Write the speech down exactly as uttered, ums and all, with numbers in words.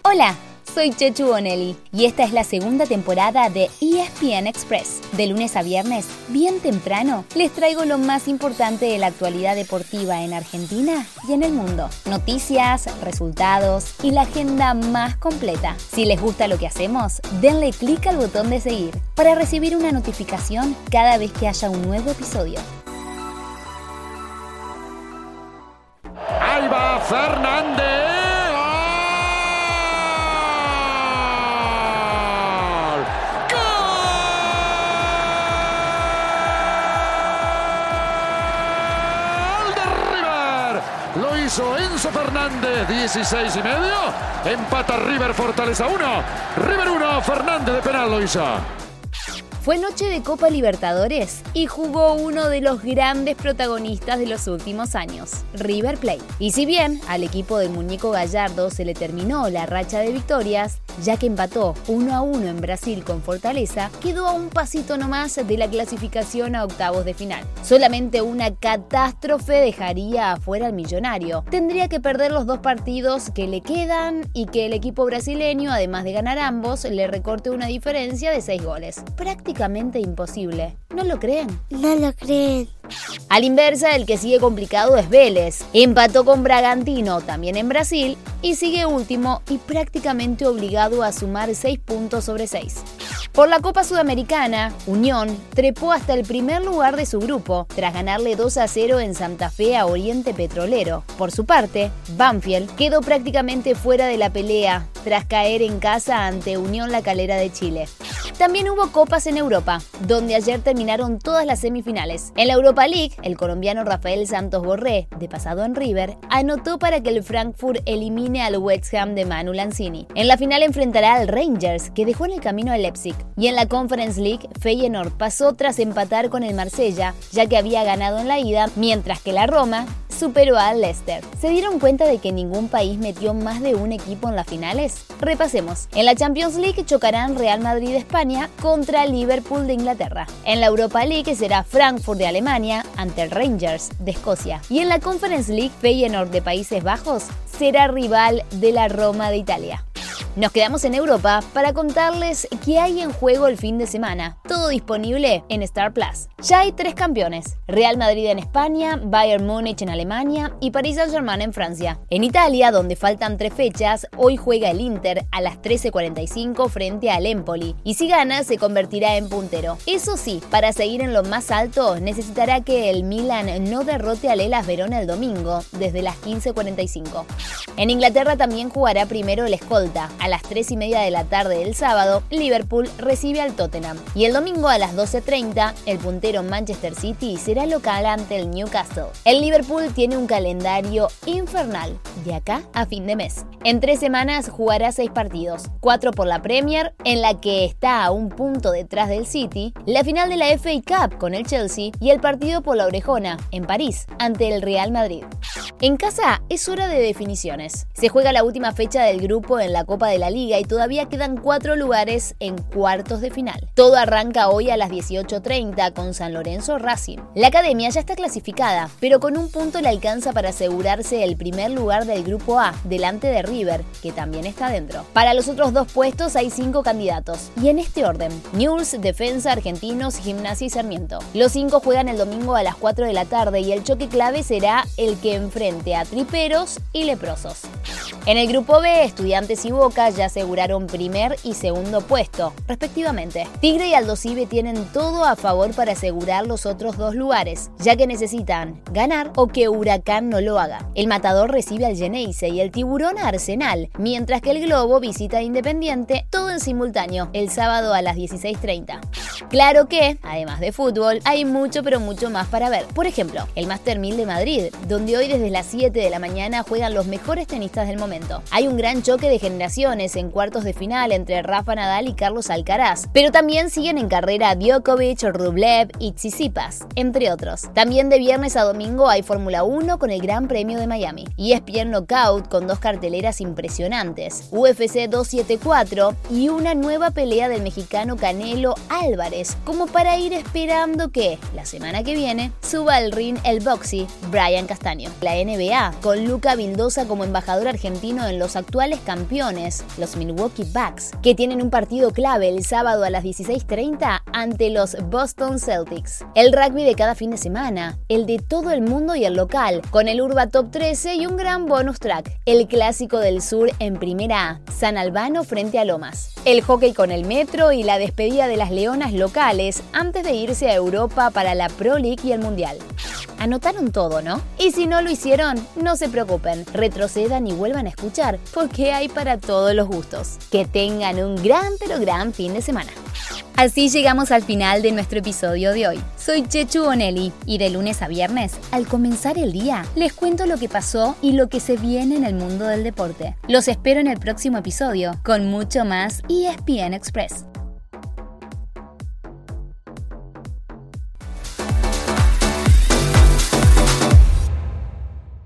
Hola, soy Chechu Bonelli y esta es la segunda temporada de E S P N Express. De lunes a viernes, bien temprano, les traigo lo más importante de la actualidad deportiva en Argentina y en el mundo. Noticias, resultados y la agenda más completa. Si les gusta lo que hacemos, denle clic al botón de seguir para recibir una notificación cada vez que haya un nuevo episodio. ¡Ahí va Fernández! Lo hizo Enzo Fernández, dieciséis y medio. Empata River, Fortaleza uno. River uno, Fernández de penal lo hizo. Fue noche de Copa Libertadores y jugó uno de los grandes protagonistas de los últimos años, River Plate. Y si bien al equipo del Muñeco Gallardo se le terminó la racha de victorias, ya que empató uno a uno en Brasil con Fortaleza, quedó a un pasito nomás de la clasificación a octavos de final. Solamente una catástrofe dejaría afuera al millonario. Tendría que perder los dos partidos que le quedan y que el equipo brasileño, además de ganar ambos, le recorte una diferencia de seis goles. Prácticamente imposible. ¿No lo creen? No lo creen. A la inversa, el que sigue complicado es Vélez. Empató con Bragantino, también en Brasil, y sigue último y prácticamente obligado a sumar seis puntos sobre seis. Por la Copa Sudamericana, Unión trepó hasta el primer lugar de su grupo, tras ganarle dos a cero en Santa Fe a Oriente Petrolero. Por su parte, Banfield quedó prácticamente fuera de la pelea, tras caer en casa ante Unión La Calera de Chile. También hubo copas en Europa, donde ayer terminaron todas las semifinales. En la Europa League, el colombiano Rafael Santos Borré, de pasado en River, anotó para que el Frankfurt elimine al West Ham de Manu Lanzini. En la final enfrentará al Rangers, que dejó en el camino al Leipzig. Y en la Conference League, Feyenoord pasó tras empatar con el Marsella, ya que había ganado en la ida, mientras que la Roma superó al Leicester. ¿Se dieron cuenta de que ningún país metió más de un equipo en las finales? Repasemos. En la Champions League chocarán Real Madrid de España contra Liverpool de Inglaterra. En la Europa League será Frankfurt de Alemania ante el Rangers de Escocia. Y en la Conference League, Feyenoord de Países Bajos será rival de la Roma de Italia. Nos quedamos en Europa para contarles qué hay en juego el fin de semana. Todo disponible en Star Plus. Ya hay tres campeones: Real Madrid en España, Bayern Múnich en Alemania y Paris Saint-Germain en Francia. En Italia, donde faltan tres fechas, hoy juega el Inter a las trece cuarenta y cinco frente al Empoli. Y si gana, se convertirá en puntero. Eso sí, para seguir en lo más alto, necesitará que el Milan no derrote al Hellas Verona el domingo, desde las quince cuarenta y cinco. En Inglaterra también jugará primero el escolta. A las tres y media de la tarde del sábado, Liverpool recibe al Tottenham. Y el domingo a las doce treinta, el puntero Manchester City será local ante el Newcastle. El Liverpool tiene un calendario infernal, de acá a fin de mes. En tres semanas jugará seis partidos, cuatro por la Premier, en la que está a un punto detrás del City, la final de la F A Cup con el Chelsea y el partido por la Orejona, en París, ante el Real Madrid. En casa es hora de definiciones. Se juega la última fecha del grupo en la Copa de la Liga y todavía quedan cuatro lugares en cuartos de final. Todo arranca hoy a las dieciocho treinta con San Lorenzo Racing. La academia ya está clasificada, pero con un punto le alcanza para asegurarse el primer lugar del grupo A, delante de River, que también está dentro. Para los otros dos puestos hay cinco candidatos, y en este orden: Newell's, Defensa, Argentinos, Gimnasia y Sarmiento. Los cinco juegan el domingo a las cuatro de la tarde y el choque clave será el que enfrente a Triperos y Leprosos. En el grupo B, Estudiantes y Boca ya aseguraron primer y segundo puesto, respectivamente. Tigre y Aldosive tienen todo a favor para asegurar los otros dos lugares, ya que necesitan ganar o que Huracán no lo haga. El Matador recibe al Geneise y el Tiburón a Arsenal, mientras que el Globo visita a Independiente, todo en simultáneo, el sábado a las dieciséis treinta. Claro que, además de fútbol, hay mucho pero mucho más para ver. Por ejemplo, el Master mil de Madrid, donde hoy desde las siete de la mañana juegan los mejores tenistas del momento. Hay un gran choque de generaciones en cuartos de final entre Rafa Nadal y Carlos Alcaraz, pero también siguen en carrera Djokovic, Rublev y Tsitsipas, entre otros. También de viernes a domingo hay Fórmula uno con el Gran Premio de Miami, E S P N Knockout con dos carteleras impresionantes, U F C doscientos setenta y cuatro y una nueva pelea del mexicano Canelo Álvarez, como para ir esperando que, la semana que viene, suba al ring el boxy Brian Castaño. La N B A, con Luca Vildosa como embajador argentino argentino en los actuales campeones, los Milwaukee Bucks, que tienen un partido clave el sábado a las dieciséis treinta ante los Boston Celtics. El rugby de cada fin de semana, el de todo el mundo y el local, con el Urba Top trece y un gran bonus track, el Clásico del Sur en Primera A, San Albano frente a Lomas, el hockey con el Metro y la despedida de las Leonas locales antes de irse a Europa para la Pro League y el Mundial. Anotaron todo, ¿no? Y si no lo hicieron, no se preocupen, retrocedan y vuelvan a escuchar, porque hay para todos los gustos. Que tengan un gran pero gran fin de semana. Así llegamos al final de nuestro episodio de hoy. Soy Chechu Bonelli y de lunes a viernes, al comenzar el día, les cuento lo que pasó y lo que se viene en el mundo del deporte. Los espero en el próximo episodio con mucho más E S P N Express.